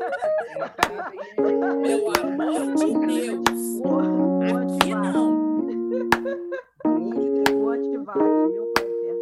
Pelo amor de Deus. Aqui não. O Antivax, meu pai eterno.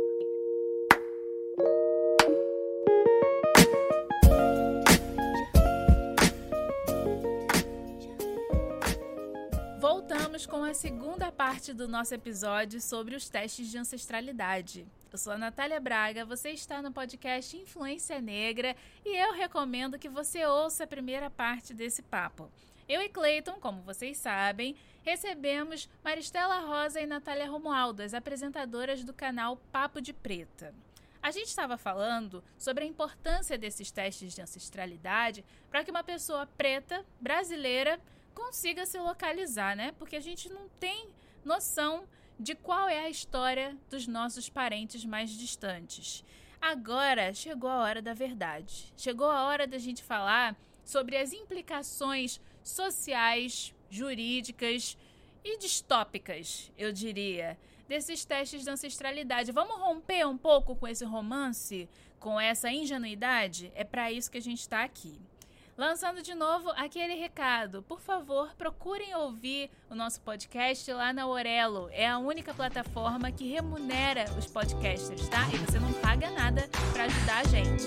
Voltamos com a segunda parte do nosso episódio sobre os testes de ancestralidade. Eu sou a Natália Braga, você está no podcast Influência Negra e eu recomendo que você ouça a primeira parte desse papo. Eu e Cleiton, como vocês sabem, recebemos Maristela Rosa e Natália Romualdo, as apresentadoras do canal Papo de Preta. A gente estava falando sobre a importância desses testes de ancestralidade para que uma pessoa preta, brasileira, consiga se localizar, né? Porque a gente não tem noção de qual é a história dos nossos parentes mais distantes. Agora chegou a hora da verdade. Chegou a hora da gente falar sobre as implicações sociais, jurídicas e distópicas, eu diria, desses testes de ancestralidade. Vamos romper um pouco com esse romance, com essa ingenuidade? É para isso que a gente está aqui. Lançando de novo aquele recado, por favor, procurem ouvir o nosso podcast lá na Orelo. É a única plataforma que remunera os podcasters, tá? E você não paga nada para ajudar a gente.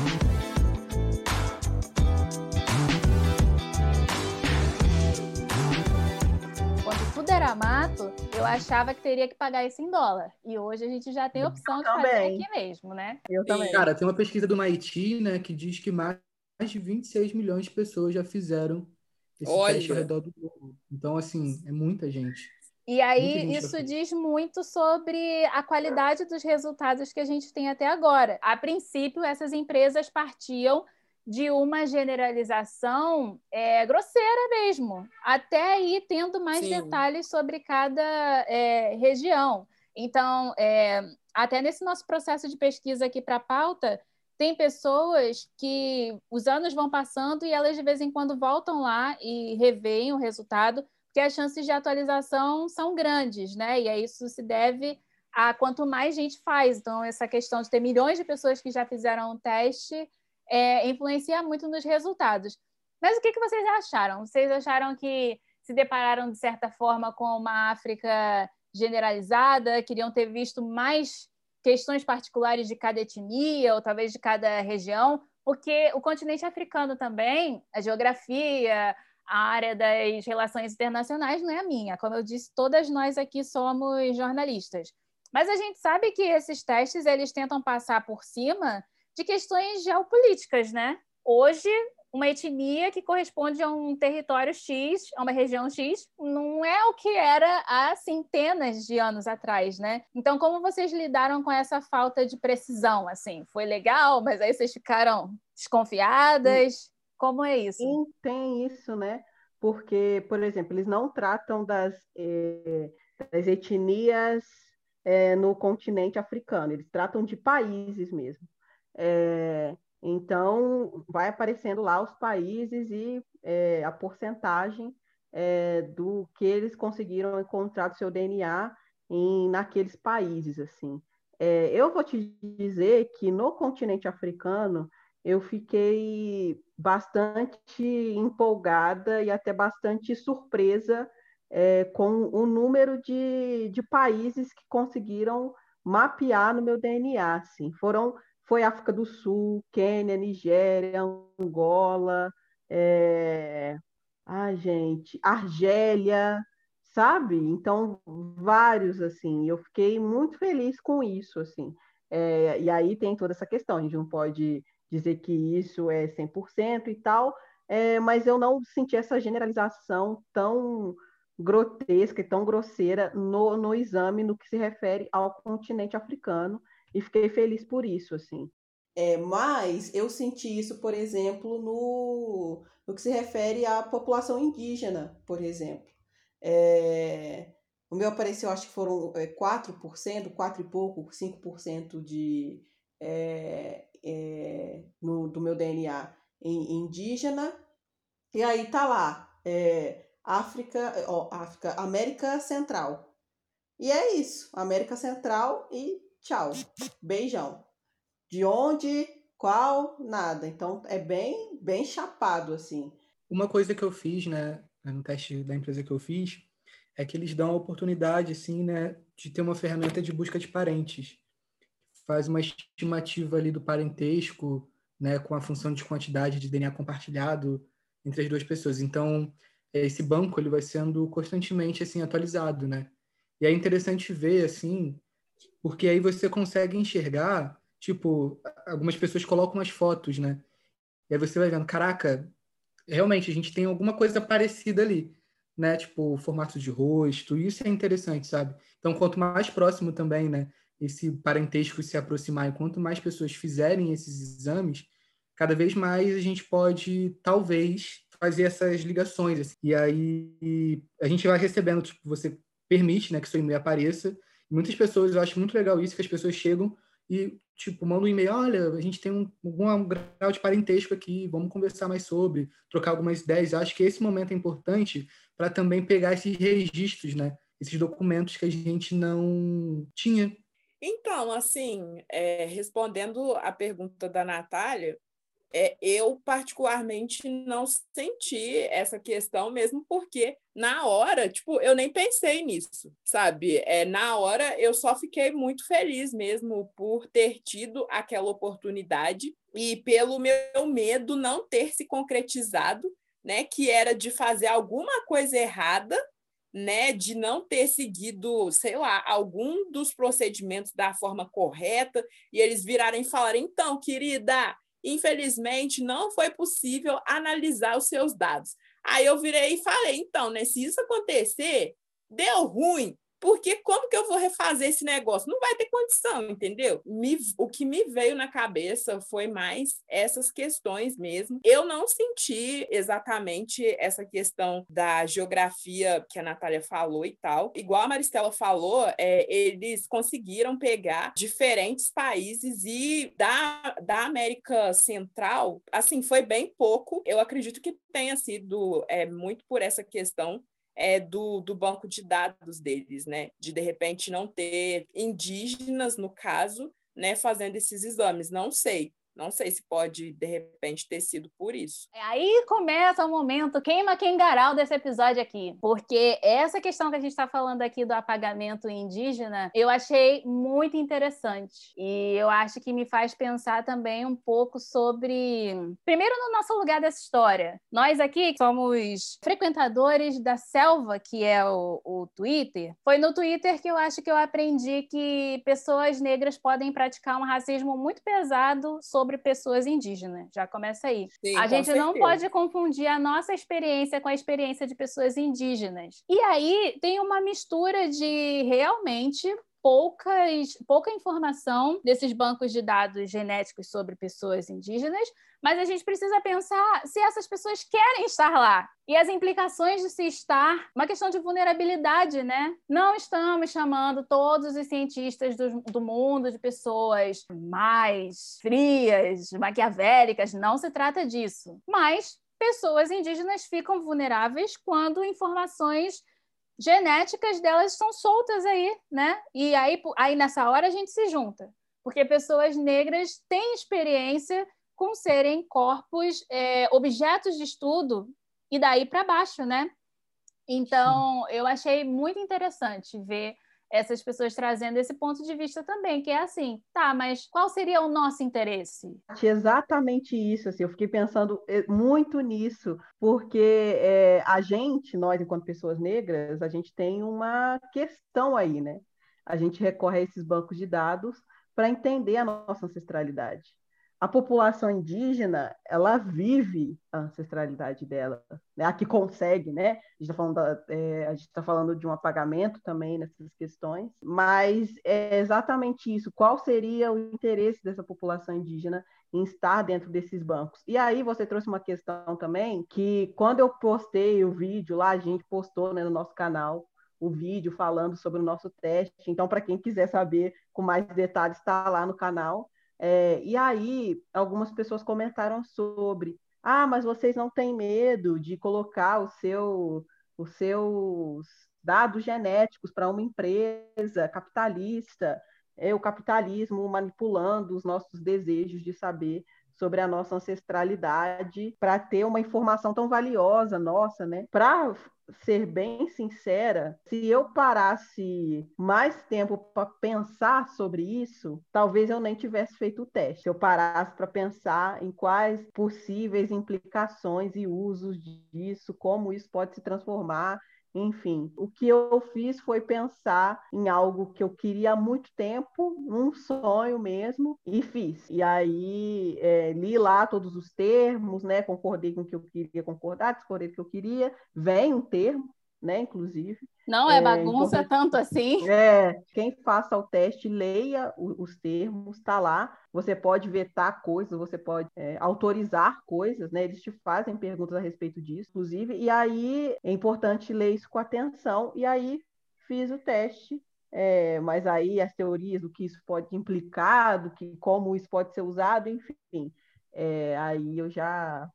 Quando tudo era mato, eu achava que teria que pagar isso em dólar. E hoje a gente já tem a opção de fazer aqui mesmo, né? Eu também. Cara, tem uma pesquisa do MIT, né, que diz que mais de 26 milhões de pessoas já fizeram esse teste ao redor do mundo. Então, assim, é muita gente. E aí, isso diz muito sobre a qualidade dos resultados que a gente tem até agora. A princípio, essas empresas partiam de uma generalização grosseira mesmo, até ir tendo mais detalhes sobre cada região. Então, até nesse nosso processo de pesquisa aqui para a pauta, tem pessoas que os anos vão passando e elas de vez em quando voltam lá e reveem o resultado, porque as chances de atualização são grandes, né? E isso se deve a quanto mais gente faz. Então, essa questão de ter milhões de pessoas que já fizeram o teste influencia muito nos resultados. Mas o que vocês acharam? Vocês acharam que se depararam, de certa forma, com uma África generalizada? Queriam ter visto mais questões particulares de cada etnia ou talvez de cada região? Porque o continente africano também, a geografia, a área das relações internacionais não é a minha. Como eu disse, todas nós aqui somos jornalistas. Mas a gente sabe que esses testes eles tentam passar por cima de questões geopolíticas, né? Hoje, uma etnia que corresponde a um território X, a uma região X, não é o que era há centenas de anos atrás, né? Então, como vocês lidaram com essa falta de precisão, assim? Foi legal, mas aí vocês ficaram desconfiadas? Como é isso? Sim, tem isso, né? Porque, por exemplo, eles não tratam das etnias no continente africano, eles tratam de países mesmo. Então, vai aparecendo lá os países e a porcentagem do que eles conseguiram encontrar do seu DNA naqueles países, assim. Eu vou te dizer que no continente africano eu fiquei bastante empolgada e até bastante surpresa com o número de países que conseguiram mapear no meu DNA. Assim. Foi África do Sul, Quênia, Nigéria, Angola, Argélia, sabe? Então, vários, assim. Eu fiquei muito feliz com isso, assim. E aí tem toda essa questão, a gente não pode dizer que isso é 100% e tal, mas eu não senti essa generalização tão grotesca e tão grosseira no exame no que se refere ao continente africano, e fiquei feliz por isso, assim. Mas eu senti isso, por exemplo, no que se refere à população indígena, por exemplo. O meu apareceu, acho que foram 4%, 4 e pouco, 5% do meu DNA indígena. E aí tá lá, América Central. E é isso, América Central e tchau, beijão. De onde qual, nada. Então, é bem, bem chapado, assim. Uma coisa que eu fiz, né, no teste da empresa que eu fiz, é que eles dão a oportunidade, assim, né, de ter uma ferramenta de busca de parentes. Faz uma estimativa ali do parentesco, né, com a função de quantidade de DNA compartilhado entre as duas pessoas. Então, esse banco ele vai sendo constantemente assim atualizado, né? E é interessante ver assim, porque aí você consegue enxergar, tipo, algumas pessoas colocam as fotos, né? E aí você vai vendo, caraca, realmente a gente tem alguma coisa parecida ali, né? Tipo, formato de rosto, isso é interessante, sabe? Então, quanto mais próximo também, né, esse parentesco se aproximar e quanto mais pessoas fizerem esses exames, cada vez mais a gente pode, talvez, fazer essas ligações, assim. E aí a gente vai recebendo, tipo, você permite, né, que seu e-mail apareça. Muitas pessoas, eu acho muito legal isso, que as pessoas chegam e, tipo, mandam um e-mail, olha, a gente tem algum grau de parentesco aqui, vamos conversar mais sobre, trocar algumas ideias. Eu acho que esse momento é importante para também pegar esses registros, né? Esses documentos que a gente não tinha. Então, assim, respondendo a pergunta da Natália, eu particularmente não senti essa questão mesmo porque na hora, tipo, eu nem pensei nisso, sabe? Na hora eu só fiquei muito feliz mesmo por ter tido aquela oportunidade e pelo meu medo não ter se concretizado, né? Que era de fazer alguma coisa errada, né, de não ter seguido, sei lá, algum dos procedimentos da forma correta e eles virarem e falarem, então, querida, infelizmente, não foi possível analisar os seus dados. Aí eu virei e falei, então, né, se isso acontecer, deu ruim, porque como que eu vou refazer esse negócio? Não vai ter condição, entendeu? O que me veio na cabeça foi mais essas questões mesmo. Eu não senti exatamente essa questão da geografia que a Natália falou e tal. Igual a Maristela falou, eles conseguiram pegar diferentes países e da América Central, assim, foi bem pouco. Eu acredito que tenha sido muito por essa questão do banco de dados deles, né? De repente não ter indígenas, no caso, né, fazendo esses exames. Não sei se pode, de repente, ter sido por isso. Aí começa o momento queima quem garal desse episódio aqui. Porque essa questão que a gente está falando aqui do apagamento indígena, eu achei muito interessante. E eu acho que me faz pensar também um pouco sobre... Primeiro, no nosso lugar dessa história. Nós aqui somos frequentadores da selva, que é o Twitter. Foi no Twitter que eu acho que eu aprendi que pessoas negras podem praticar um racismo muito pesado sobre pessoas indígenas. Já começa aí. Sim, a gente não certeza. pode confundir a nossa experiência com a experiência de pessoas indígenas. E aí tem uma mistura de realmente pouca informação desses bancos de dados genéticos sobre pessoas indígenas, mas a gente precisa pensar se essas pessoas querem estar lá. E as implicações de se estar, uma questão de vulnerabilidade, né? Não estamos chamando todos os cientistas do mundo de pessoas mais frias, maquiavélicas, não se trata disso. Mas pessoas indígenas ficam vulneráveis quando informações genéticas delas estão soltas aí, né? E aí nessa hora a gente se junta, porque pessoas negras têm experiência com serem corpos, objetos de estudo, e daí para baixo, né? Então, eu achei muito interessante ver essas pessoas trazendo esse ponto de vista também, que é assim, tá, mas qual seria o nosso interesse? Exatamente isso, assim, eu fiquei pensando muito nisso, porque nós, enquanto pessoas negras, a gente tem uma questão aí, né? A gente recorre a esses bancos de dados para entender a nossa ancestralidade. A população indígena, ela vive a ancestralidade dela, né? A que consegue, né? A gente está falando de um apagamento também nessas questões, mas é exatamente isso. Qual seria o interesse dessa população indígena em estar dentro desses bancos? E aí você trouxe uma questão também, que quando eu postei o vídeo lá, a gente postou, né, no nosso canal, o vídeo falando sobre o nosso teste. Então, para quem quiser saber com mais detalhes, está lá no canal. E aí, algumas pessoas comentaram sobre: mas vocês não têm medo de colocar os seus dados genéticos para uma empresa capitalista o capitalismo manipulando os nossos desejos de saber sobre a nossa ancestralidade para ter uma informação tão valiosa nossa, né? Para ser bem sincera, se eu parasse mais tempo para pensar sobre isso, talvez eu nem tivesse feito o teste. Se eu parasse para pensar em quais possíveis implicações e usos disso, como isso pode se transformar. Enfim, o que eu fiz foi pensar em algo que eu queria há muito tempo, um sonho mesmo, e fiz. E aí li lá todos os termos, né? Concordei com o que eu queria concordar, discordei do que eu queria. Vem um termo, né? Inclusive. Não é bagunça tanto assim. Quem faça o teste, leia os termos, está lá. Você pode vetar coisas, você pode autorizar coisas, né? Eles te fazem perguntas a respeito disso, inclusive. E aí é importante ler isso com atenção. E aí fiz o teste. Mas aí as teorias do que isso pode implicar, como isso pode ser usado, enfim. Aí eu já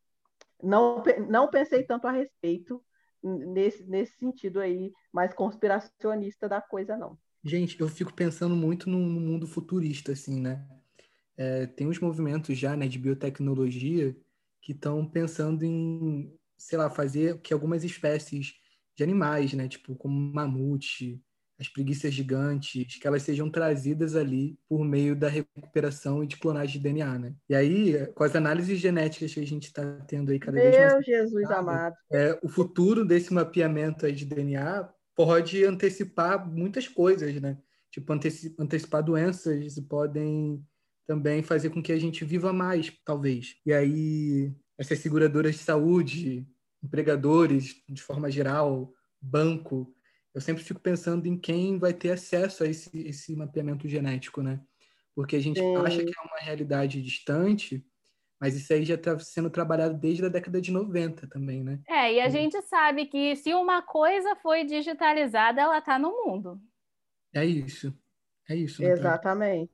não pensei tanto a respeito nesse sentido aí, mais conspiracionista da coisa, não. Gente, eu fico pensando muito no mundo futurista, assim, né? Tem uns movimentos já, né, de biotecnologia que estão pensando em, sei lá, fazer que algumas espécies de animais, né, tipo como mamute, as preguiças gigantes, que elas sejam trazidas ali por meio da recuperação e de clonagem de DNA, né? E aí, com as análises genéticas que a gente está tendo aí cada vez mais... Meu Jesus amado! O futuro desse mapeamento aí de DNA pode antecipar muitas coisas, né? Tipo, antecipar doenças e podem também fazer com que a gente viva mais, talvez. E aí, essas seguradoras de saúde, empregadores, de forma geral, banco, eu sempre fico pensando em quem vai ter acesso a esse mapeamento genético, né? Porque a gente acha que é uma realidade distante, mas isso aí já está sendo trabalhado desde a década de 90 também, né? E a gente sabe que se uma coisa foi digitalizada, ela está no mundo. É isso. Exatamente.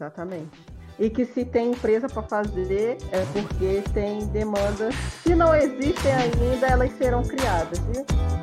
E que se tem empresa para fazer, é porque tem demandas que não existem ainda, elas serão criadas, viu?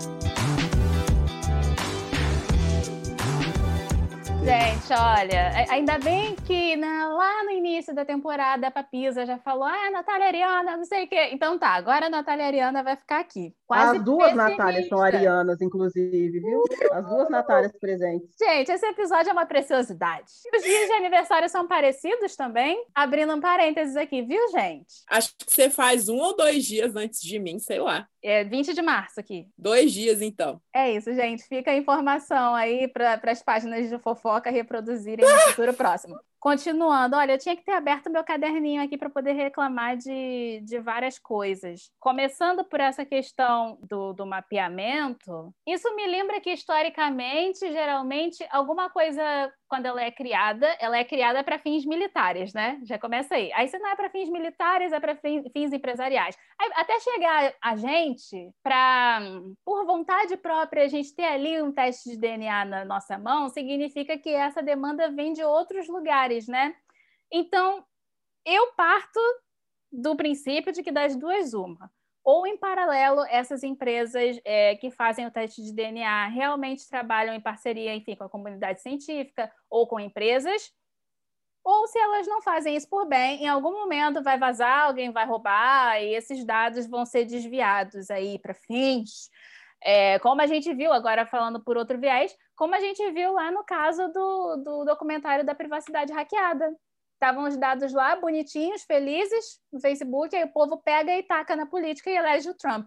Gente, olha, ainda bem que lá no início da temporada a Papisa já falou, Natália Ariana, não sei o quê. Então tá, agora a Natália Ariana vai ficar aqui. Quase as duas Natálias são arianas, inclusive, viu? As duas Natálias presentes. Gente, esse episódio é uma preciosidade. Os dias de aniversário são parecidos também? Abrindo um parênteses aqui, viu, gente? Acho que você faz 1 ou 2 dias antes de mim, sei lá. 20 de março aqui. 2 dias, então. É isso, gente. Fica a informação aí para as páginas de fofoca reproduzirem no futuro próximo. Continuando, olha, eu tinha que ter aberto meu caderninho aqui para poder reclamar de várias coisas. Começando por essa questão do mapeamento, isso me lembra que, historicamente, geralmente, alguma coisa, quando ela é criada para fins militares, né? Já começa aí. Aí, se não é para fins militares, é para fins empresariais. Aí, até chegar a gente, por vontade própria, a gente ter ali um teste de DNA na nossa mão, significa que essa demanda vem de outros lugares, né? Então, eu parto do princípio de que das duas, uma. Ou, em paralelo, essas empresas que fazem o teste de DNA realmente trabalham em parceria, enfim, com a comunidade científica ou com empresas, ou se elas não fazem isso por bem, em algum momento vai vazar, alguém vai roubar e esses dados vão ser desviados aí para fins, como a gente viu, agora falando por outro viés, como a gente viu lá no caso do documentário da privacidade hackeada. Estavam os dados lá, bonitinhos, felizes, no Facebook, aí o povo pega e taca na política e elege o Trump.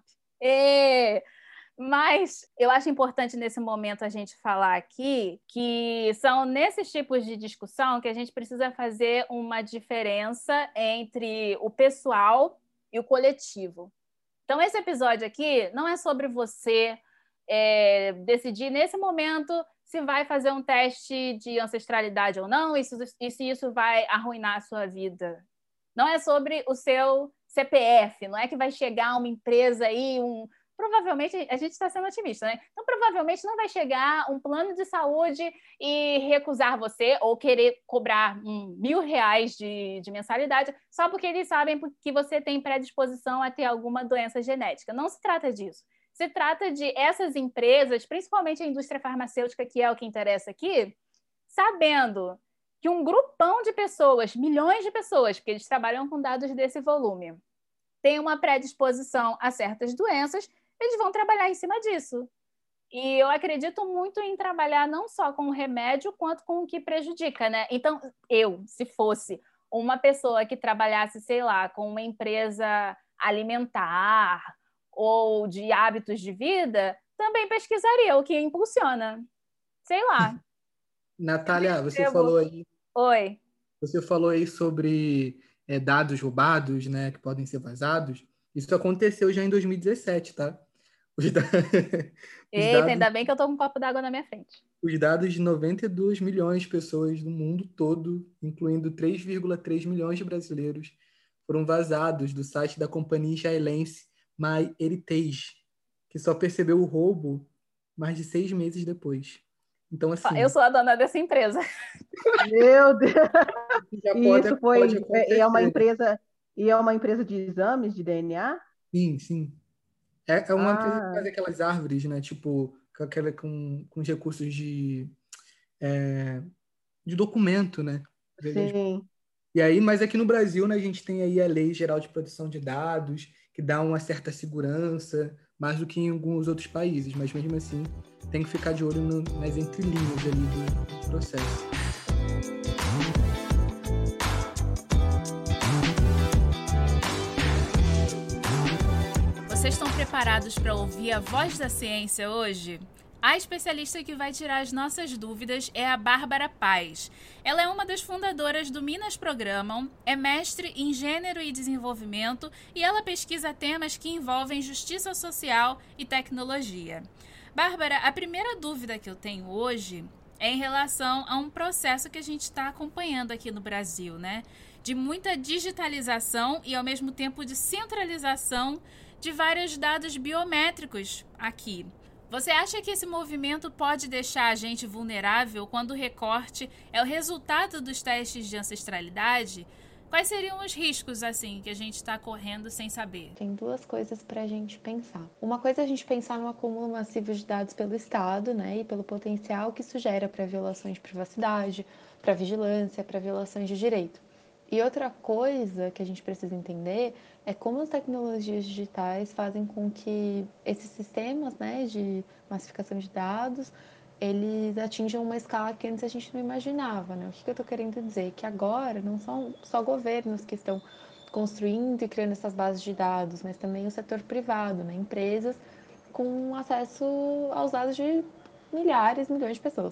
Mas eu acho importante nesse momento a gente falar aqui que são nesses tipos de discussão que a gente precisa fazer uma diferença entre o pessoal e o coletivo. Então, esse episódio aqui não é sobre você decidir nesse momento se vai fazer um teste de ancestralidade ou não, e se isso vai arruinar a sua vida. Não é sobre o seu CPF, não é que vai chegar uma empresa aí, provavelmente, a gente está sendo otimista, né? Então, provavelmente não vai chegar um plano de saúde e recusar você ou querer cobrar R$1.000 de mensalidade só porque eles sabem que você tem predisposição a ter alguma doença genética. Não se trata disso. Se trata de essas empresas, principalmente a indústria farmacêutica, que é o que interessa aqui, sabendo que um grupão de pessoas, milhões de pessoas, porque eles trabalham com dados desse volume, tem uma predisposição a certas doenças, eles vão trabalhar em cima disso. E eu acredito muito em trabalhar não só com o remédio, quanto com o que prejudica, né? Então, se fosse uma pessoa que trabalhasse, sei lá, com uma empresa alimentar ou de hábitos de vida, também pesquisaria o que impulsiona. Sei lá. Natália, Oi. você falou aí sobre dados roubados, né, que podem ser vazados. Isso aconteceu já em 2017, tá? Eita, ainda bem que eu tô com um copo d'água na minha frente. Os dados de 92 milhões de pessoas no mundo todo, incluindo 3,3 milhões de brasileiros, foram vazados do site da companhia israelense MyHeritage, que só percebeu o roubo mais de 6 meses depois. Então, assim... Eu sou a dona dessa empresa. Meu Deus! Isso pode acontecer. É uma empresa de exames de DNA? Sim, sim. É uma empresa que faz aquelas árvores, né? Tipo, com os recursos de documento, né? Sim. E aí, mas aqui no Brasil, né, a gente tem aí a Lei Geral de Proteção de Dados, que dá uma certa segurança, mais do que em alguns outros países, mas mesmo assim tem que ficar de olho nas entrelinhas ali do processo. Vocês estão preparados para ouvir a voz da ciência hoje? A especialista que vai tirar as nossas dúvidas é a Bárbara Paz. Ela é uma das fundadoras do Minas Programam, é mestre em Gênero e Desenvolvimento e ela pesquisa temas que envolvem justiça social e tecnologia. Bárbara, a primeira dúvida que eu tenho hoje é em relação a um processo que a gente está acompanhando aqui no Brasil, né? De muita digitalização e, ao mesmo tempo, de centralização de vários dados biométricos aqui. Você acha que esse movimento pode deixar a gente vulnerável quando o recorte é o resultado dos testes de ancestralidade? Quais seriam os riscos, assim, que a gente está correndo sem saber? Tem duas coisas para a gente pensar. Uma coisa é a gente pensar no acúmulo massivo de dados pelo Estado, né, e pelo potencial que isso gera para violações de privacidade, para vigilância, para violações de direito. E outra coisa que a gente precisa entender é como as tecnologias digitais fazem com que esses sistemas, né, de massificação de dados, eles atinjam uma escala que antes a gente não imaginava, né? O que eu estou querendo dizer? Que agora não são só governos que estão construindo e criando essas bases de dados, mas também o setor privado, né? Empresas com acesso aos dados de milhares, milhões de pessoas.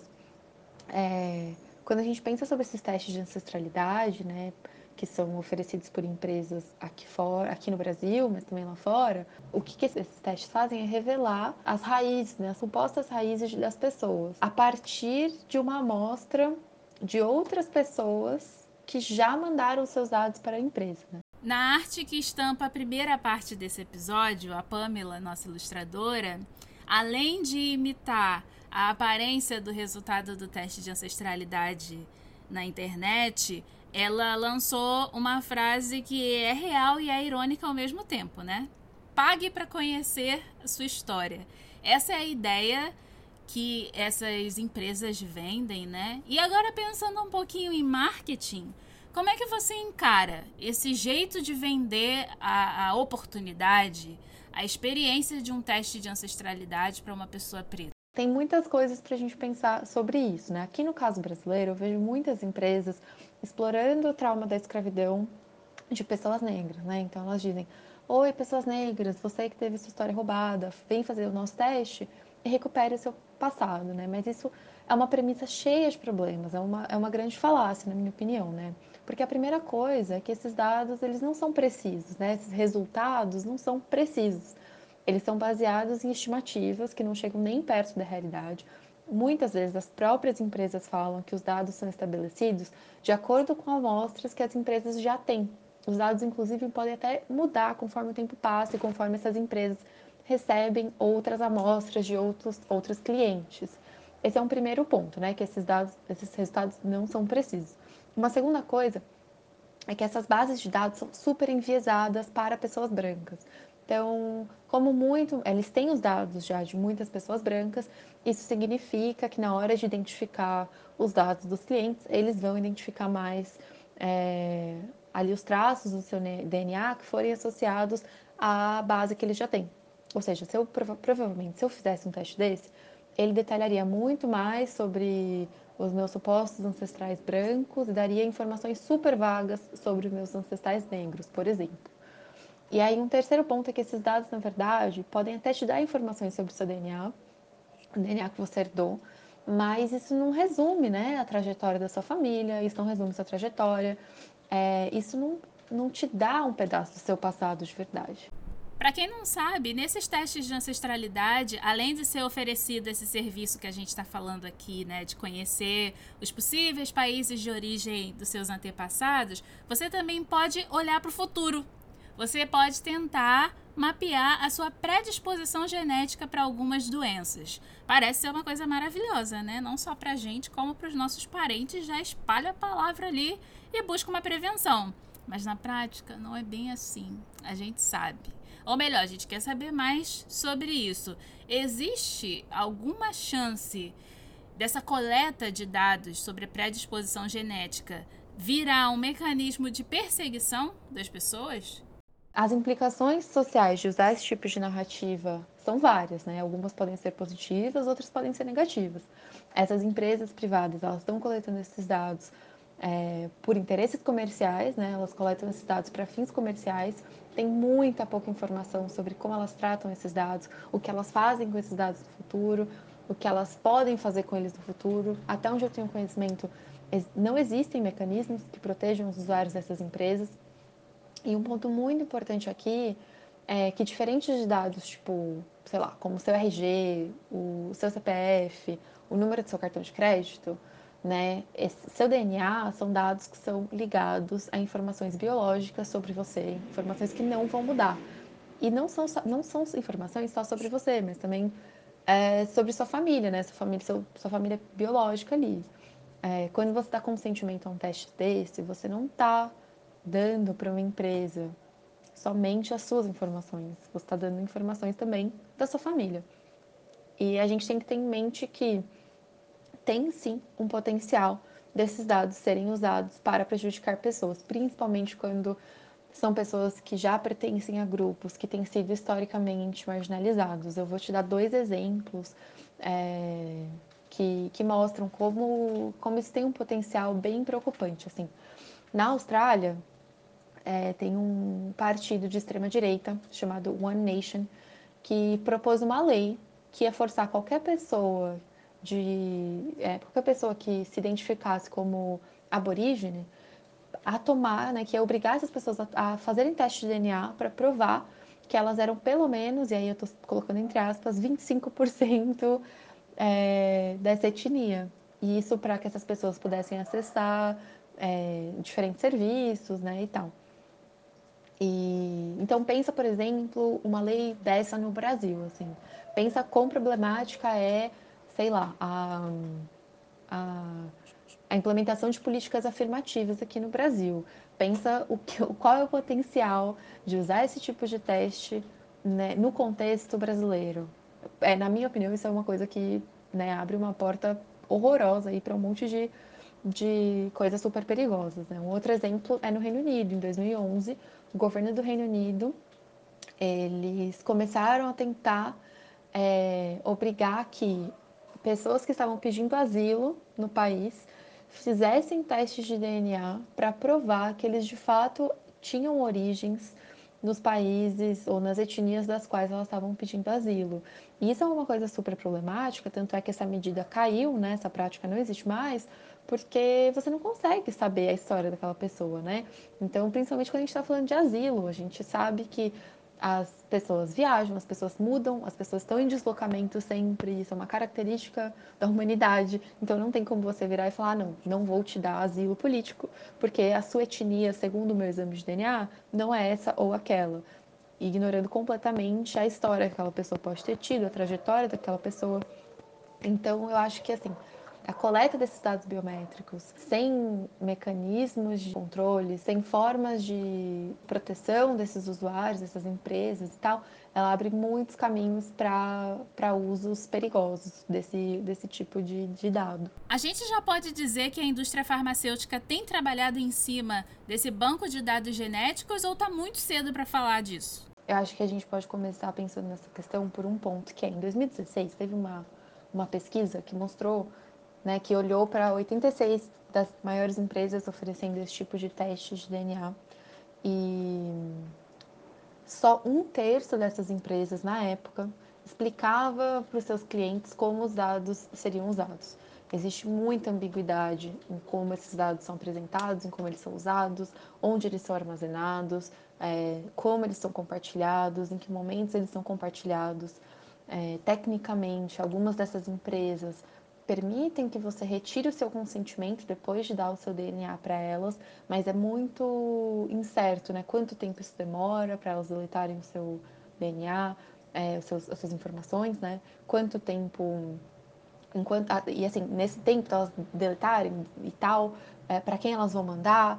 Quando a gente pensa sobre esses testes de ancestralidade, né, que são oferecidos por empresas aqui no Brasil, mas também lá fora, o que esses testes fazem é revelar as raízes, né, as supostas raízes das pessoas, a partir de uma amostra de outras pessoas que já mandaram seus dados para a empresa, né? Na arte que estampa a primeira parte desse episódio, a Pamela, nossa ilustradora, além de imitar a aparência do resultado do teste de ancestralidade na internet, ela lançou uma frase que é real e é irônica ao mesmo tempo, né? Pague para conhecer a sua história. Essa é a ideia que essas empresas vendem, né? E agora, pensando um pouquinho em marketing, como é que você encara esse jeito de vender a oportunidade, a experiência de um teste de ancestralidade para uma pessoa preta? Tem muitas coisas para a gente pensar sobre isso, né? Aqui no caso brasileiro, eu vejo muitas empresas explorando o trauma da escravidão de pessoas negras, né? Então elas dizem: oi, pessoas negras, você que teve sua história roubada, vem fazer o nosso teste e recupere o seu passado, né? Mas isso é uma premissa cheia de problemas, é uma grande falácia, na minha opinião, né? Porque a primeira coisa é que esses dados, eles não são precisos, né? Esses resultados não são precisos. Eles são baseados em estimativas que não chegam nem perto da realidade. Muitas vezes as próprias empresas falam que os dados são estabelecidos de acordo com amostras que as empresas já têm. Os dados, inclusive, podem até mudar conforme o tempo passa e conforme essas empresas recebem outras amostras de outros clientes. Esse é um primeiro ponto, né? Que esses resultados não são precisos. Uma segunda coisa é que essas bases de dados são super enviesadas para pessoas brancas. Então, como muito, eles têm os dados já de muitas pessoas brancas, isso significa que na hora de identificar os dados dos clientes, eles vão identificar mais ali os traços do seu DNA que forem associados à base que eles já têm. Ou seja, se eu, provavelmente, se eu fizesse um teste desse, ele detalharia muito mais sobre os meus supostos ancestrais brancos e daria informações super vagas sobre os meus ancestrais negros, por exemplo. E aí, um terceiro ponto é que esses dados, na verdade, podem até te dar informações sobre o seu DNA, o DNA que você herdou, mas isso não resume, né, a trajetória da sua família, isso não resume sua trajetória, isso não te dá um pedaço do seu passado de verdade. Para quem não sabe, nesses testes de ancestralidade, além de ser oferecido esse serviço que a gente está falando aqui, né, de conhecer os possíveis países de origem dos seus antepassados, você também pode olhar para o futuro. Você pode tentar mapear a sua predisposição genética para algumas doenças. Parece ser uma coisa maravilhosa, né? Não só para a gente, como para os nossos parentes, já espalha a palavra ali e busca uma prevenção. Mas na prática não é bem assim, a gente sabe. Ou melhor, a gente quer saber mais sobre isso. Existe alguma chance dessa coleta de dados sobre a predisposição genética virar um mecanismo de perseguição das pessoas? As implicações sociais de usar esse tipo de narrativa são várias, né? Algumas podem ser positivas, outras podem ser negativas. Essas empresas privadas, elas estão coletando esses dados por interesses comerciais, né? Elas coletam esses dados para fins comerciais. Tem muita pouca informação sobre como elas tratam esses dados, o que elas fazem com esses dados no futuro, o que elas podem fazer com eles no futuro. Até onde eu tenho conhecimento, não existem mecanismos que protejam os usuários dessas empresas. E um ponto muito importante aqui é que, diferente de dados, tipo, sei lá, como o seu RG, o seu CPF, o número do seu cartão de crédito, né, seu DNA são dados que são ligados a informações biológicas sobre você, informações que não vão mudar. E não são informações só sobre você, mas também sobre sua família, né, sua família biológica ali. Quando você está consentimento a um teste desse, você não está dando para uma empresa somente as suas informações, você está dando informações também da sua família. E a gente tem que ter em mente que tem sim um potencial desses dados serem usados para prejudicar pessoas, principalmente quando são pessoas que já pertencem a grupos que têm sido historicamente marginalizados. Eu vou te dar 2 exemplos que mostram como isso tem um potencial bem preocupante. Assim, na Austrália, tem um partido de extrema-direita chamado One Nation que propôs uma lei que ia forçar qualquer pessoa que se identificasse como aborígene a tomar, né, que ia obrigar essas pessoas a fazerem teste de DNA para provar que elas eram pelo menos, e aí eu estou colocando entre aspas, 25% dessa etnia. E isso para que essas pessoas pudessem acessar diferentes serviços, né, e tal. Então pensa, por exemplo, uma lei dessa no Brasil, assim. Pensa quão problemática é, sei lá, a implementação de políticas afirmativas aqui no Brasil. Pensa qual é o potencial de usar esse tipo de teste, né, no contexto brasileiro. Na minha opinião, isso é uma coisa que, né, abre uma porta horrorosa para um monte de coisas super perigosas. Né? Um outro exemplo é no Reino Unido. Em 2011, o governo do Reino Unido, eles começaram a tentar obrigar que pessoas que estavam pedindo asilo no país fizessem testes de DNA para provar que eles de fato tinham origens nos países ou nas etnias das quais elas estavam pedindo asilo. E isso é uma coisa super problemática, tanto é que essa medida caiu, né? Essa prática não existe mais, porque você não consegue saber a história daquela pessoa, né? Então, principalmente quando a gente está falando de asilo, a gente sabe que as pessoas viajam, as pessoas mudam, as pessoas estão em deslocamento sempre, isso é uma característica da humanidade. Então não tem como você virar e falar, não vou te dar asilo político, porque a sua etnia, segundo o meu exame de DNA, não é essa ou aquela. Ignorando completamente a história que aquela pessoa pode ter tido, a trajetória daquela pessoa. Então eu acho que assim, a coleta desses dados biométricos, sem mecanismos de controle, sem formas de proteção desses usuários, dessas empresas e tal, ela abre muitos caminhos para usos perigosos desse tipo de dado. A gente já pode dizer que a indústria farmacêutica tem trabalhado em cima desse banco de dados genéticos ou está muito cedo para falar disso? Eu acho que a gente pode começar pensando nessa questão por um ponto, que é em 2016 teve uma pesquisa que mostrou, né, que olhou para 86 das maiores empresas oferecendo esse tipo de teste de DNA e só 1/3 dessas empresas, na época, explicava para os seus clientes como os dados seriam usados. Existe muita ambiguidade em como esses dados são apresentados, em como eles são usados, onde eles são armazenados, como eles são compartilhados, em que momentos eles são compartilhados. Tecnicamente, algumas dessas empresas permitem que você retire o seu consentimento depois de dar o seu DNA para elas, mas é muito incerto, né? Quanto tempo isso demora para elas deletarem o seu DNA, as suas informações, né? Quanto tempo, e assim, nesse tempo elas deletarem e tal, para quem elas vão mandar,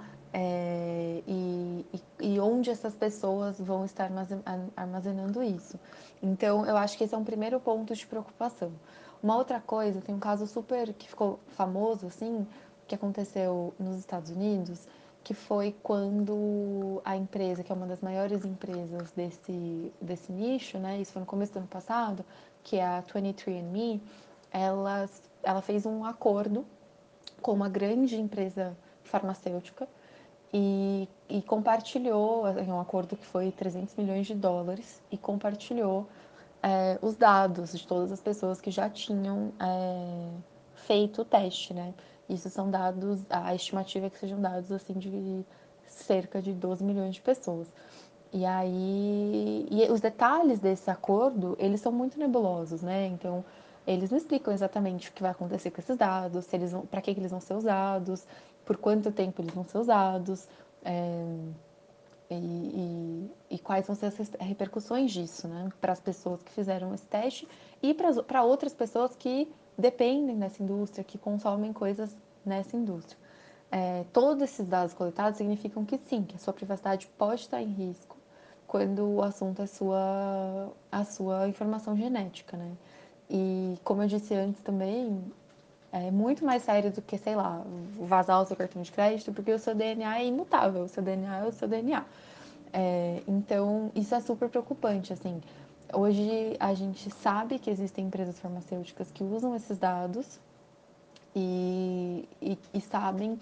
e onde essas pessoas vão estar armazenando isso. Então, eu acho que esse é um primeiro ponto de preocupação. Uma outra coisa, tem um caso super que ficou famoso, assim, que aconteceu nos Estados Unidos, que foi quando a empresa, que é uma das maiores empresas desse nicho, né, isso foi no começo do ano passado, que é a 23andMe, ela fez um acordo com uma grande empresa farmacêutica e compartilhou, um acordo que foi 300 milhões de dólares, e compartilhou os dados de todas as pessoas que já tinham feito o teste, né? Isso são dados, a estimativa é que sejam dados assim de cerca de 12 milhões de pessoas. E os detalhes desse acordo, eles são muito nebulosos, né? Então, eles não explicam exatamente o que vai acontecer com esses dados, se eles para que eles vão ser usados, por quanto tempo eles vão ser usados, e quais vão ser as repercussões disso, né? Para as pessoas que fizeram esse teste e para outras pessoas que dependem dessa indústria, que consomem coisas nessa indústria. Todos esses dados coletados significam que sim, que a sua privacidade pode estar em risco quando o assunto é a sua informação genética, né? E como eu disse antes também, é muito mais sério do que, sei lá, vazar o seu cartão de crédito, porque o seu DNA é imutável, o seu DNA é o seu DNA. Então, isso é super preocupante, assim. Hoje a gente sabe que existem empresas farmacêuticas que usam esses dados e sabem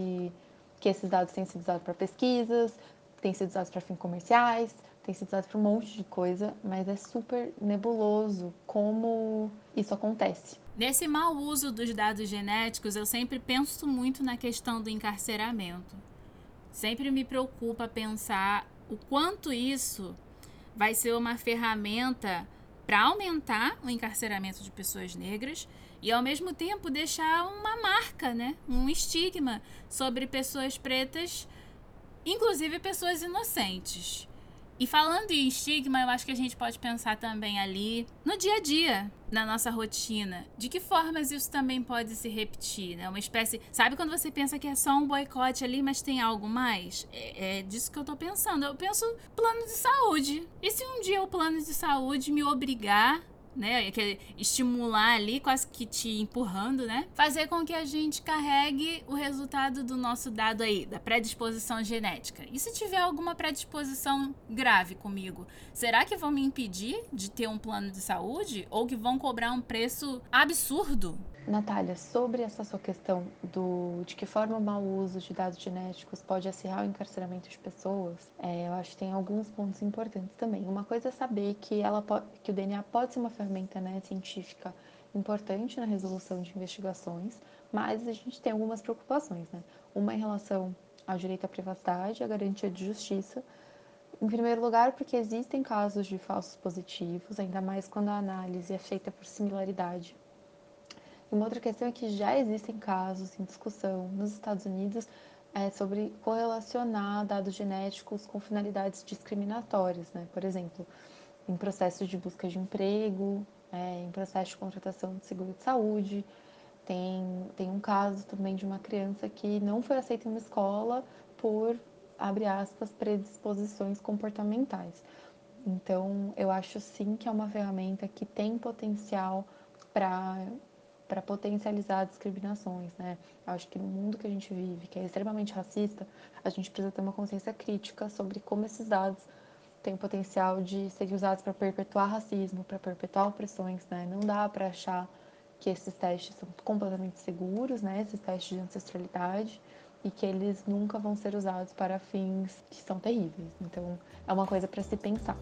que esses dados têm sido usados para pesquisas, têm sido usados para fins comerciais, têm sido usados para um monte de coisa, mas é super nebuloso como isso acontece. Nesse mau uso dos dados genéticos, eu sempre penso muito na questão do encarceramento. Sempre me preocupa pensar o quanto isso vai ser uma ferramenta para aumentar o encarceramento de pessoas negras e, ao mesmo tempo, deixar uma marca, né? Um estigma sobre pessoas pretas, inclusive pessoas inocentes. E falando em estigma, eu acho que a gente pode pensar também ali no dia a dia, na nossa rotina. De que formas isso também pode se repetir, né? Uma espécie... Sabe quando você pensa que é só um boicote ali, mas tem algo mais? É disso que eu tô pensando. Eu penso plano de saúde. E se um dia o plano de saúde me obrigar, né, estimular ali, quase que te empurrando, né, fazer com que a gente carregue o resultado do nosso dado aí, da predisposição genética. E se tiver alguma predisposição grave comigo, será que vão me impedir de ter um plano de saúde? Ou que vão cobrar um preço absurdo? Natália, sobre essa sua questão de que forma o mau uso de dados genéticos pode acirrar o encarceramento de pessoas, eu acho que tem alguns pontos importantes também. Uma coisa é saber que o DNA pode ser uma ferramenta, né, científica importante na resolução de investigações, mas a gente tem algumas preocupações, né? Uma em relação ao direito à privacidade, à garantia de justiça. Em primeiro lugar, porque existem casos de falsos positivos, ainda mais quando a análise é feita por similaridade. Uma outra questão é que já existem casos em discussão nos Estados Unidos sobre correlacionar dados genéticos com finalidades discriminatórias, né? Por exemplo, em processos de busca de emprego, em processo de contratação de seguro de saúde. Tem um caso também de uma criança que não foi aceita em uma escola por, abre aspas, predisposições comportamentais. Então, eu acho sim que é uma ferramenta que tem potencial para potencializar discriminações, né? Eu acho que no mundo que a gente vive, que é extremamente racista, a gente precisa ter uma consciência crítica sobre como esses dados têm o potencial de serem usados para perpetuar racismo, para perpetuar opressões, né? Não dá para achar que esses testes são completamente seguros, né? Esses testes de ancestralidade, e que eles nunca vão ser usados para fins que são terríveis. Então, é uma coisa para se pensar.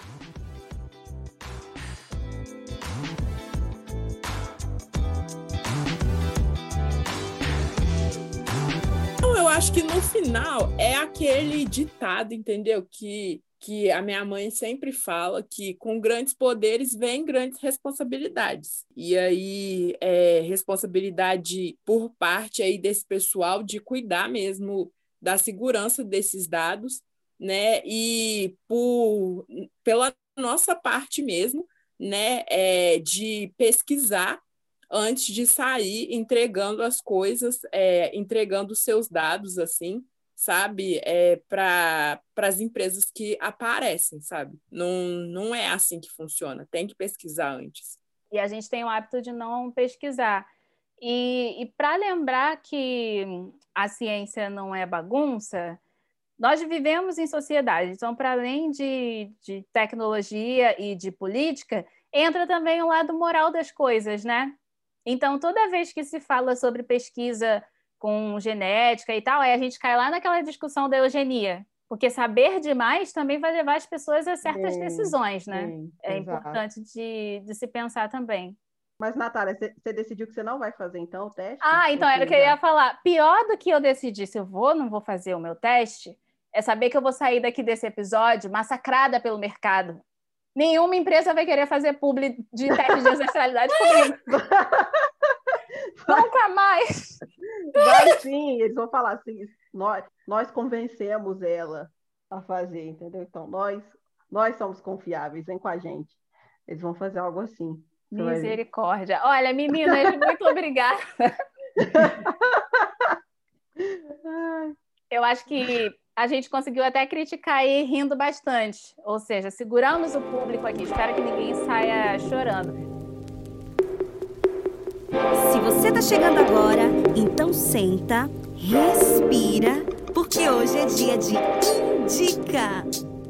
Eu acho que no final é aquele ditado, entendeu? Que a minha mãe sempre fala que com grandes poderes vem grandes responsabilidades. E aí, responsabilidade por parte aí desse pessoal de cuidar mesmo da segurança desses dados, né? E pela nossa parte mesmo, né? De pesquisar antes de sair entregando as coisas, entregando seus dados, assim, sabe, para as empresas que aparecem, sabe? Não é assim que funciona, tem que pesquisar antes. E a gente tem o hábito de não pesquisar. E para lembrar que a ciência não é bagunça, nós vivemos em sociedade, então, para além de tecnologia e de política, entra também o lado moral das coisas, né? Então, toda vez que se fala sobre pesquisa com genética e tal, aí a gente cai lá naquela discussão da eugenia, porque saber demais também vai levar as pessoas a certas decisões, né? É exato. importante de se pensar também. Mas, Natália, você decidiu que você não vai fazer, então, o teste? Então era o que eu ia falar. Pior do que eu decidir se eu vou ou não vou fazer o meu teste, é saber que eu vou sair daqui desse episódio massacrada pelo mercado. Nenhuma empresa vai querer fazer publi de teste de ancestralidade comigo. Nunca mais. Vai sim, eles vão falar assim, nós convencemos ela a fazer, entendeu? Então, nós somos confiáveis, vem com a gente. Eles vão fazer algo assim. Misericórdia. Olha, meninas, muito obrigada. Eu acho que a gente conseguiu até criticar aí rindo bastante. Ou seja, seguramos o público aqui. Espero que ninguém saia chorando. Se você tá chegando agora, então senta, respira, porque hoje é dia de Indica!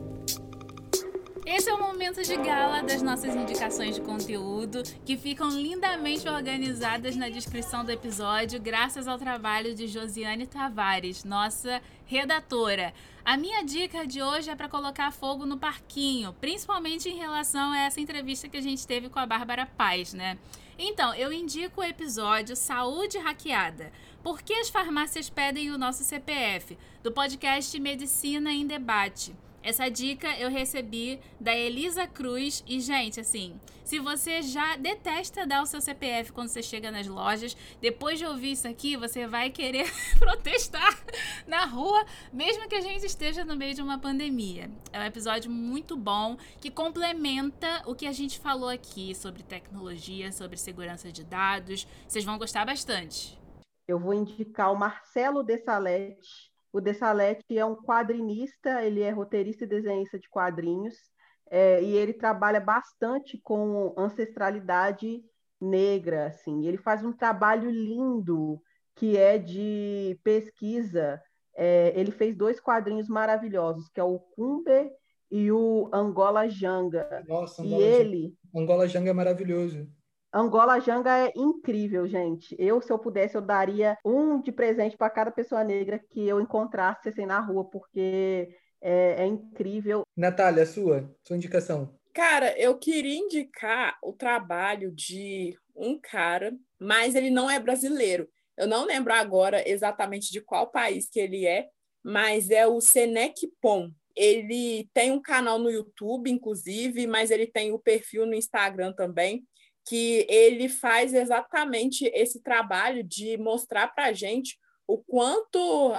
Esse é o momento de gala das nossas indicações de conteúdo, que ficam lindamente organizadas na descrição do episódio, graças ao trabalho de Josiane Tavares, nossa redatora. A minha dica de hoje é para colocar fogo no parquinho, principalmente em relação a essa entrevista que a gente teve com a Bárbara Paz, né? Então, eu indico o episódio Saúde Hackeada. Por que as farmácias pedem o nosso CPF? Do podcast Medicina em Debate. Essa dica eu recebi da Elisa Cruz e, gente, assim, se você já detesta dar o seu CPF quando você chega nas lojas, depois de ouvir isso aqui, você vai querer protestar na rua, mesmo que a gente esteja no meio de uma pandemia. É um episódio muito bom, que complementa o que a gente falou aqui sobre tecnologia, sobre segurança de dados. Vocês vão gostar bastante. Eu vou indicar o Marcelo Dessalete. O Dessalete é um quadrinista, ele é roteirista e desenhista de quadrinhos, e ele trabalha bastante com ancestralidade negra, assim. Ele faz um trabalho lindo, que é de pesquisa. Ele fez 2 quadrinhos maravilhosos, que é o Cumber e o Angola Janga. Nossa, Angola Janga é maravilhoso. Angola Janga é incrível, gente. Se eu pudesse, eu daria um de presente para cada pessoa negra que eu encontrasse assim na rua, porque é incrível. Natália, sua indicação. Cara, eu queria indicar o trabalho de um cara, mas ele não é brasileiro. Eu não lembro agora exatamente de qual país que ele é, mas é o Senek Pom. Ele tem um canal no YouTube, inclusive, mas ele tem o perfil no Instagram também, que ele faz exatamente esse trabalho de mostrar para a gente o quanto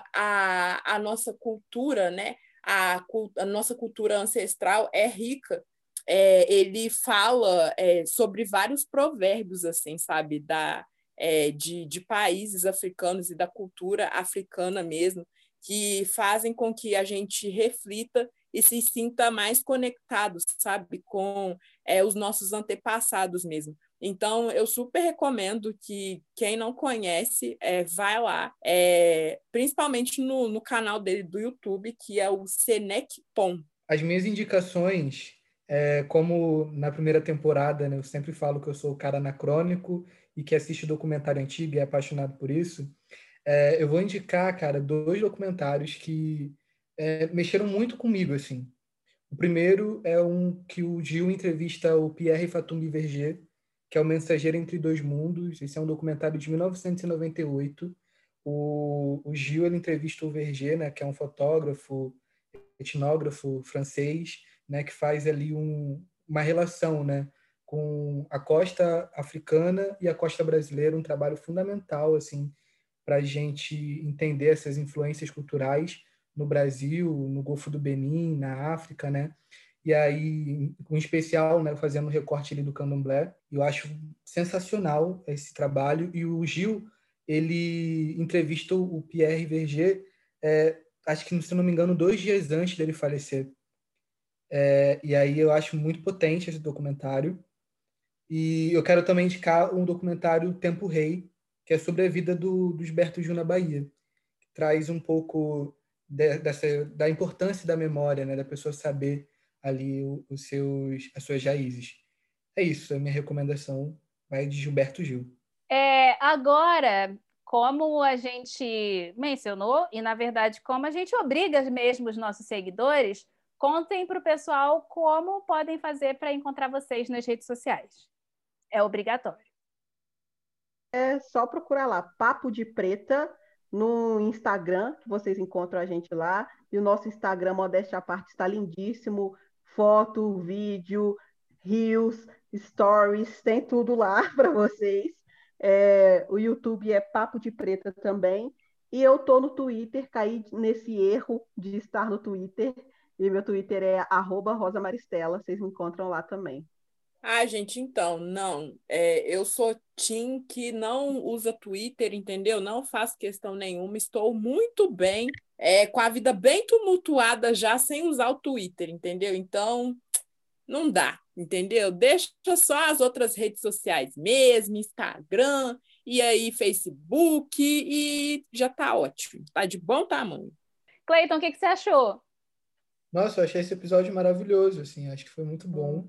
a nossa cultura, né, a nossa cultura ancestral é rica. Ele fala sobre vários provérbios, assim, sabe, de países africanos e da cultura africana mesmo, que fazem com que a gente reflita e se sinta mais conectado, sabe, com os nossos antepassados mesmo. Então, eu super recomendo que quem não conhece, vai lá, principalmente no canal dele do YouTube, que é o Senek Pom. As minhas indicações, como na primeira temporada, né, eu sempre falo que eu sou o cara anacrônico e que assiste documentário antigo e é apaixonado por isso, eu vou indicar, cara, 2 documentários que mexeram muito comigo, assim. O primeiro é um que o Gil entrevista o Pierre Fatum Verger, que é o Mensageiro Entre Dois Mundos. Esse é um documentário de 1998. O Gil, ele entrevista o Verger, né, que é um fotógrafo, etnógrafo francês, né, que faz ali uma relação, né, com a costa africana e a costa brasileira, um trabalho fundamental assim, para a gente entender essas influências culturais no Brasil, no Golfo do Benin, na África, né? E aí, em especial, né, fazendo um recorte ali do candomblé. Eu acho sensacional esse trabalho. E o Gil, ele entrevista o Pierre Verger, acho que, se não me engano, 2 dias antes dele falecer. E aí eu acho muito potente esse documentário. E eu quero também indicar um documentário Tempo Rei, que é sobre a vida do Gilberto Gil na Bahia. Que traz um pouco da importância da memória, né, da pessoa saber ali as suas raízes. É isso, a minha recomendação vai de Gilberto Gil. Agora, como a gente mencionou, e na verdade como a gente obriga mesmo os nossos seguidores, contem para o pessoal como podem fazer para encontrar vocês nas redes sociais. É obrigatório. É só procurar lá, Papo de Preta, no Instagram, que vocês encontram a gente lá. E o nosso Instagram, modéstia à parte, está lindíssimo. Foto, vídeo, reels, stories, tem tudo lá para vocês. O YouTube é Papo de Preta também. E eu estou no Twitter, caí nesse erro de estar no Twitter. E meu Twitter é @rosamaristela. Vocês me encontram lá também. Gente, então, não. Eu sou Tim que não usa Twitter, entendeu? Não faço questão nenhuma. Estou muito bem, com a vida bem tumultuada já, sem usar o Twitter, entendeu? Então, não dá, entendeu? Deixa só as outras redes sociais mesmo, Instagram, e aí Facebook, e já tá ótimo. Tá de bom tamanho. Cleiton, o que você achou? Nossa, eu achei esse episódio maravilhoso, assim. Acho que foi muito bom.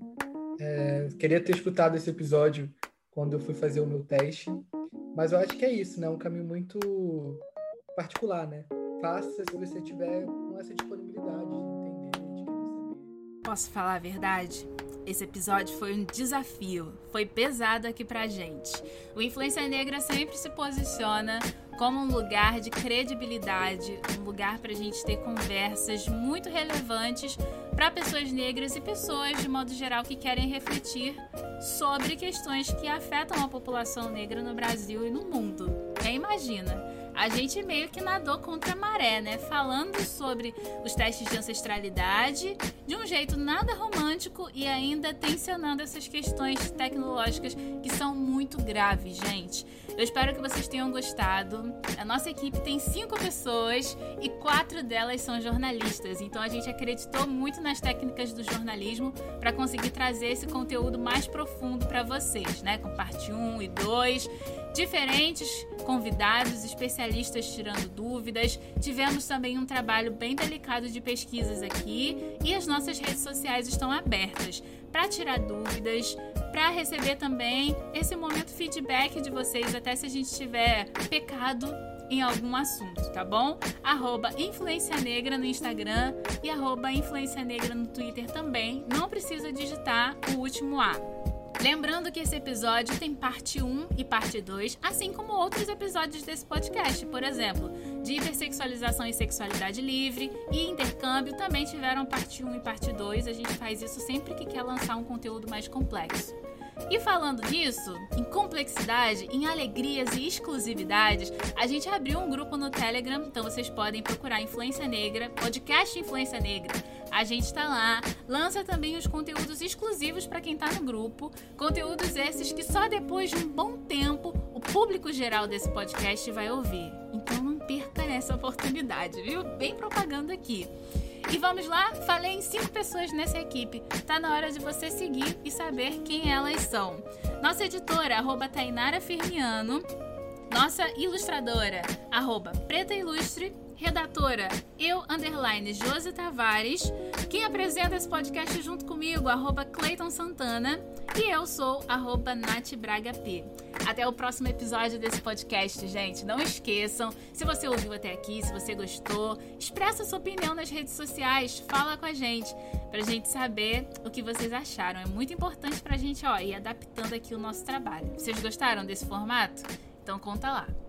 Queria ter escutado esse episódio quando eu fui fazer o meu teste, mas eu acho que é isso, né? Um caminho muito particular, né? Faça se você tiver com essa disponibilidade de entender, de querer saber. Posso falar a verdade? Esse episódio foi um desafio, foi pesado aqui pra gente. O Influência Negra sempre se posiciona como um lugar de credibilidade, um lugar pra gente ter conversas muito relevantes para pessoas negras e pessoas, de modo geral, que querem refletir sobre questões que afetam a população negra no Brasil e no mundo. Imagina, a gente meio que nadou contra a maré, né? Falando sobre os testes de ancestralidade de um jeito nada romântico e ainda tensionando essas questões tecnológicas que são muito graves, gente. Eu espero que vocês tenham gostado. A nossa equipe tem 5 pessoas e 4 delas são jornalistas. Então a gente acreditou muito nas técnicas do jornalismo para conseguir trazer esse conteúdo mais profundo para vocês, né? Com parte 1 e 2. Diferentes convidados, especialistas tirando dúvidas. Tivemos também um trabalho bem delicado de pesquisas aqui e as nossas redes sociais estão abertas para tirar dúvidas, para receber também esse momento feedback de vocês, até se a gente tiver pecado em algum assunto, tá bom? @Influência Negra no Instagram e @Influência Negra no Twitter também. Não precisa digitar o último A. Lembrando que esse episódio tem parte 1 e parte 2, assim como outros episódios desse podcast, por exemplo, de hipersexualização e sexualidade livre e intercâmbio também tiveram parte 1 e parte 2. A gente faz isso sempre que quer lançar um conteúdo mais complexo. E falando nisso, em complexidade, em alegrias e exclusividades, a gente abriu um grupo no Telegram, então vocês podem procurar Influência Negra, podcast Influência Negra. A gente tá lá, lança também os conteúdos exclusivos para quem tá no grupo, conteúdos esses que só depois de um bom tempo o público geral desse podcast vai ouvir. Então não perca essa oportunidade, viu? Bem propaganda aqui. E vamos lá? Falei em 5 pessoas nessa equipe. Tá na hora de você seguir e saber quem elas são. Nossa editora, @Tainara Firmiano. Nossa ilustradora, @PretaIlustre. Redatora, _Josi Tavares. Quem apresenta esse podcast junto comigo, @Cleiton Santana. E eu sou @NathBragaP. Até o próximo episódio desse podcast, gente. Não esqueçam, se você ouviu até aqui, se você gostou, expressa sua opinião nas redes sociais, fala com a gente, pra gente saber o que vocês acharam. É muito importante pra gente, ir adaptando aqui o nosso trabalho. Vocês gostaram desse formato? Então conta lá.